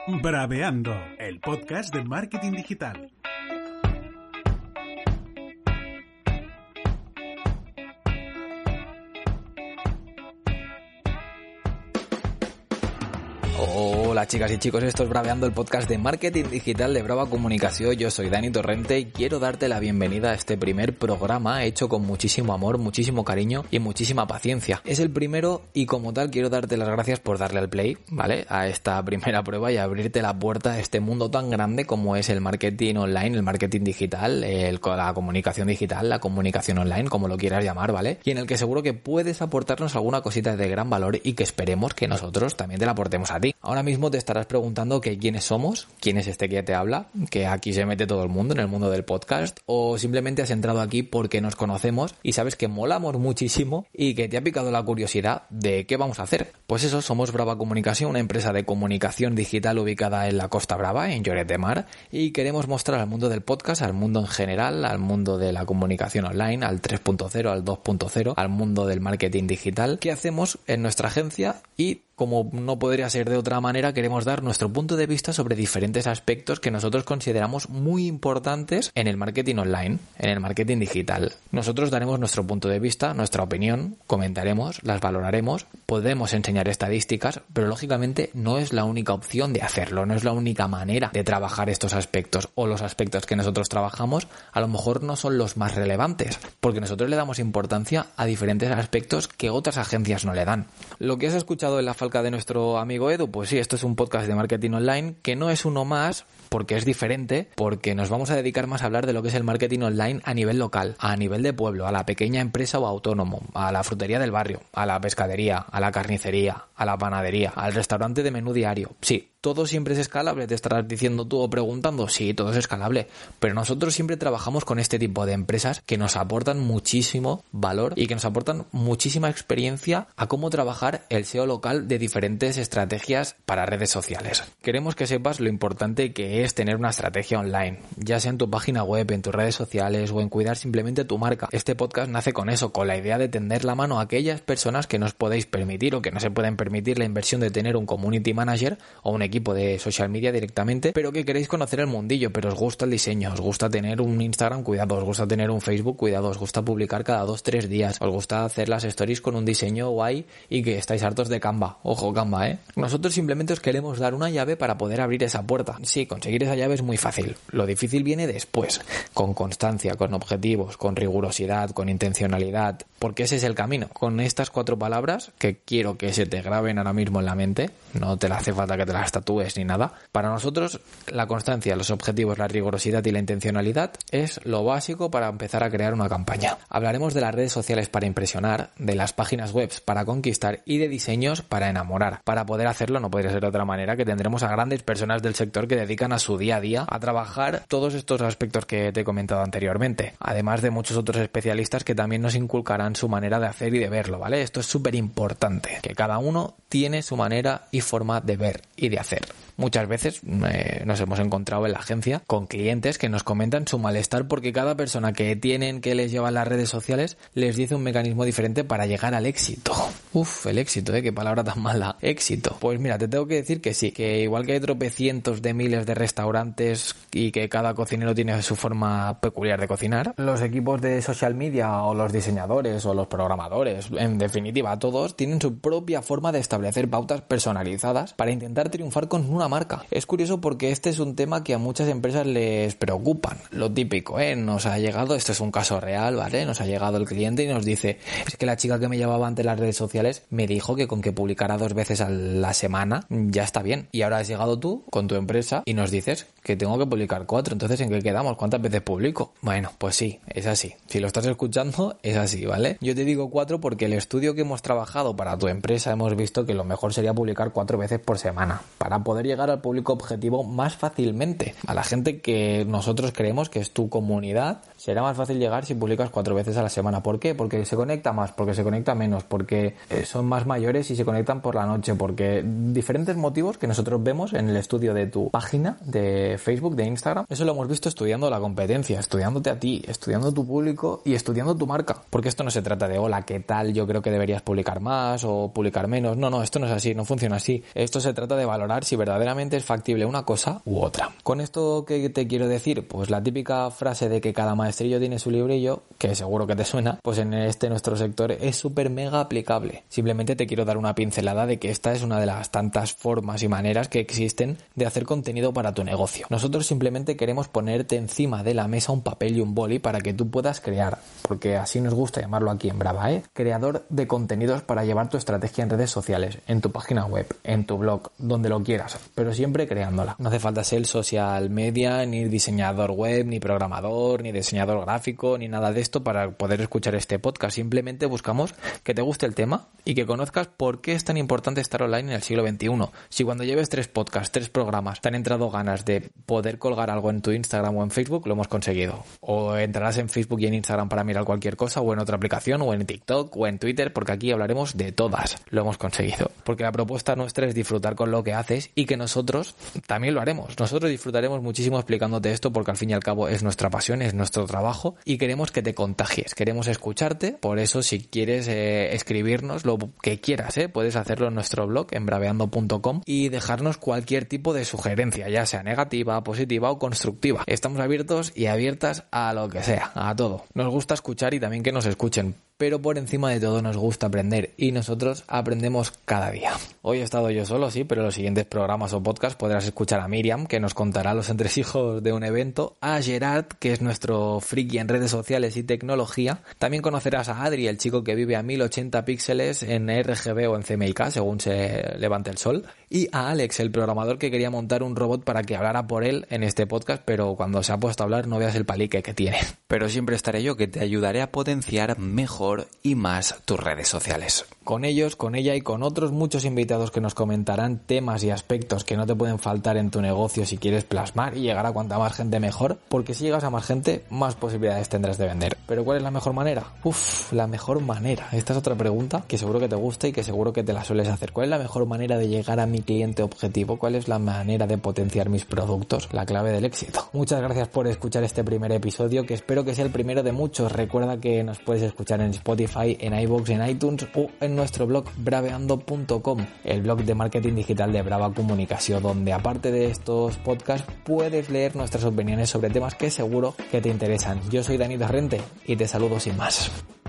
Braveando, el podcast de marketing digital. Hola chicas y chicos, esto es Braveando, el podcast de marketing digital de Brava Comunicación. Yo soy Dani Torrente y quiero darte la bienvenida a este primer programa hecho con muchísimo amor, muchísimo cariño y muchísima paciencia. Es el primero y como tal quiero darte las gracias por darle al play, ¿vale? A esta primera prueba y abrirte la puerta a este mundo tan grande como es el marketing online, el marketing digital, la comunicación digital, la comunicación online, como lo quieras llamar, ¿vale? Y en el que seguro que puedes aportarnos alguna cosita de gran valor y que esperemos que nosotros también te la aportemos a ti. Ahora mismo te estarás preguntando que quiénes somos, quién es este que te habla, que aquí se mete todo el mundo en el mundo del podcast, o simplemente has entrado aquí porque nos conocemos y sabes que molamos muchísimo y que te ha picado la curiosidad de qué vamos a hacer. Pues eso, somos Brava Comunicación, una empresa de comunicación digital ubicada en la Costa Brava, en Lloret de Mar, y queremos mostrar al mundo del podcast, al mundo en general, al mundo de la comunicación online, al 3.0, al 2.0, al mundo del marketing digital, qué hacemos en nuestra agencia y como no podría ser de otra manera, queremos dar nuestro punto de vista sobre diferentes aspectos que nosotros consideramos muy importantes en el marketing online, en el marketing digital. Nosotros daremos nuestro punto de vista, nuestra opinión, comentaremos, las valoraremos, podemos enseñar estadísticas, pero lógicamente no es la única opción de hacerlo, no es la única manera de trabajar estos aspectos, o los aspectos que nosotros trabajamos a lo mejor no son los más relevantes, porque nosotros le damos importancia a diferentes aspectos que otras agencias no le dan. Lo que has escuchado en la falca de nuestro amigo Edu, pues sí, esto es un podcast de marketing online que no es uno más porque es diferente, porque nos vamos a dedicar más a hablar de lo que es el marketing online a nivel local, a nivel de pueblo, a la pequeña empresa o autónomo, a la frutería del barrio, a la pescadería, a la carnicería, a la panadería, al restaurante de menú diario. Sí, todo siempre es escalable, te estarás diciendo tú o preguntando, sí, todo es escalable, pero nosotros siempre trabajamos con este tipo de empresas que nos aportan muchísimo valor y que nos aportan muchísima experiencia a cómo trabajar el SEO local de diferentes estrategias para redes sociales. Queremos que sepas lo importante que es tener una estrategia online, ya sea en tu página web, en tus redes sociales o en cuidar simplemente tu marca. Este podcast nace con eso, con la idea de tender la mano a aquellas personas que no os podéis permitir o que no se pueden permitir la inversión de tener un community manager o un equipo de social media directamente, pero que queréis conocer el mundillo, pero os gusta el diseño, os gusta tener un Instagram, cuidado, os gusta tener un Facebook, cuidado, os gusta publicar cada 2-3 días, os gusta hacer las stories con un diseño guay y que estáis hartos de Canva. Ojo, Canva, Nosotros simplemente os queremos dar una llave para poder abrir esa puerta. Sí, conseguir esa llave es muy fácil. Lo difícil viene después, con constancia, con objetivos, con rigurosidad, con intencionalidad, porque ese es el camino. Con estas 4 palabras, que quiero que se te graben ahora mismo en la mente, no te hace falta que te las tatúes ni nada. Para nosotros, la constancia, los objetivos, la rigurosidad y la intencionalidad es lo básico para empezar a crear una campaña. Hablaremos de las redes sociales para impresionar, de las páginas web para conquistar y de diseños para enamorar. Para poder hacerlo no podría ser de otra manera que tendremos a grandes personas del sector que dedican a su día a día a trabajar todos estos aspectos que te he comentado anteriormente, además de muchos otros especialistas que también nos inculcarán su manera de hacer y de verlo, ¿vale? Esto es súper importante, que cada uno tiene su manera y forma de ver y de hacer. Muchas veces nos hemos encontrado en la agencia con clientes que nos comentan su malestar porque cada persona que les lleva las redes sociales les dice un mecanismo diferente para llegar al éxito. Uf, el éxito, qué palabra tan mala. Éxito. Pues mira, te tengo que decir que sí, que igual que hay tropecientos de miles de restaurantes y que cada cocinero tiene su forma peculiar de cocinar, los equipos de social media o los diseñadores o los programadores, en definitiva todos, tienen su propia forma de establecer pautas personalizadas para intentar triunfar con una marca. Es curioso porque este es un tema que a muchas empresas les preocupan. Lo típico, nos ha llegado, esto es un caso real, ¿vale? Nos ha llegado el cliente y nos dice, es que la chica que me llevaba ante las redes sociales me dijo que con que publicara 2 veces a la semana ya está bien. Y ahora has llegado tú con tu empresa y nos dices que tengo que publicar 4. Entonces, ¿en qué quedamos? ¿Cuántas veces publico? Bueno, pues sí, es así. Si lo estás escuchando, es así, ¿vale? Yo te digo 4 porque el estudio que hemos trabajado para tu empresa hemos visto que lo mejor sería publicar 4 veces por semana para poder llegar al público objetivo más fácilmente, a la gente que nosotros creemos que es tu comunidad, Será más fácil llegar si publicas 4 veces a la semana. ¿Por qué? Porque se conecta más, porque se conecta menos, porque son más mayores y se conectan por la noche, porque diferentes motivos que nosotros vemos en el estudio de tu página de Facebook, de Instagram. Eso lo hemos visto estudiando la competencia, estudiándote a ti, estudiando tu público y estudiando tu marca. Porque esto no se trata de hola, ¿qué tal? Yo creo que deberías publicar más o publicar menos. No, esto no es así, no funciona así. Esto se trata de valorar si verdaderamente es factible una cosa u otra. Con esto, ¿qué te quiero decir? Pues la típica frase de que cada maestrillo tiene su librillo, que seguro que te suena, pues en nuestro sector es súper mega aplicable. Simplemente te quiero dar una pincelada de que esta es una de las tantas formas y maneras que existen de hacer contenido para tu negocio. Nosotros simplemente queremos ponerte encima de la mesa un papel y un boli para que tú puedas crear, porque así nos gusta llamarlo aquí en Brava, creador de contenidos para llevar tu estrategia en redes sociales, en tu página web, en tu blog, donde lo quieras, pero siempre creándola. No hace falta ser social media, ni diseñador web, ni programador, ni diseñador gráfico, ni nada de esto para poder escuchar este podcast. Simplemente buscamos que te guste el tema y que conozcas por qué es tan importante estar online en el siglo XXI. Si cuando lleves 3 podcasts, 3 programas, te han entrado ganas de poder colgar algo en tu Instagram o en Facebook, lo hemos conseguido. O entrarás en Facebook y en Instagram para mirar cualquier cosa, o en otra aplicación, o en TikTok, o en Twitter, porque aquí hablaremos de todas. Lo hemos conseguido. Porque la propuesta nuestra es disfrutar con lo que haces y que nosotros también lo haremos. Nosotros disfrutaremos muchísimo explicándote esto porque al fin y al cabo es nuestra pasión, es nuestro trabajo y queremos que te contagies, queremos escucharte. Por eso, si quieres escribirnos lo que quieras, puedes hacerlo en nuestro blog en braveando.com y dejarnos cualquier tipo de sugerencia, ya sea negativa, positiva o constructiva. Estamos abiertos y abiertas a lo que sea, a todo. Nos gusta escuchar y también que nos escuchen, pero por encima de todo nos gusta aprender y nosotros aprendemos cada día. Hoy he estado yo solo, sí, pero en los siguientes programas o podcasts podrás escuchar a Miriam, que nos contará los entresijos de un evento, a Gerard, que es nuestro friki en redes sociales y tecnología. También conocerás a Adri, el chico que vive a 1080 píxeles en RGB o en CMYK, según se levante el sol, y a Alex, el programador que quería montar un robot para que hablara por él en este podcast, pero cuando se ha puesto a hablar no veas el palique que tiene. Pero siempre estaré yo, que te ayudaré a potenciar mejor y más tus redes sociales. Con ellos, con ella y con otros muchos invitados que nos comentarán temas y aspectos que no te pueden faltar en tu negocio si quieres plasmar y llegar a cuanta más gente mejor, porque si llegas a más gente, más posibilidades tendrás de vender. ¿Pero cuál es la mejor manera? La mejor manera. Esta es otra pregunta que seguro que te gusta y que seguro que te la sueles hacer. ¿Cuál es la mejor manera de llegar a mi cliente objetivo? ¿Cuál es la manera de potenciar mis productos? La clave del éxito. Muchas gracias por escuchar este primer episodio, que espero que sea el primero de muchos. Recuerda que nos puedes escuchar en Spotify, en iVoox, en iTunes o en nuestro blog braveando.com, el blog de marketing digital de Brava Comunicación, donde aparte de estos podcasts puedes leer nuestras opiniones sobre temas que seguro que te interesan. Yo soy Dani Torrente y te saludo sin más.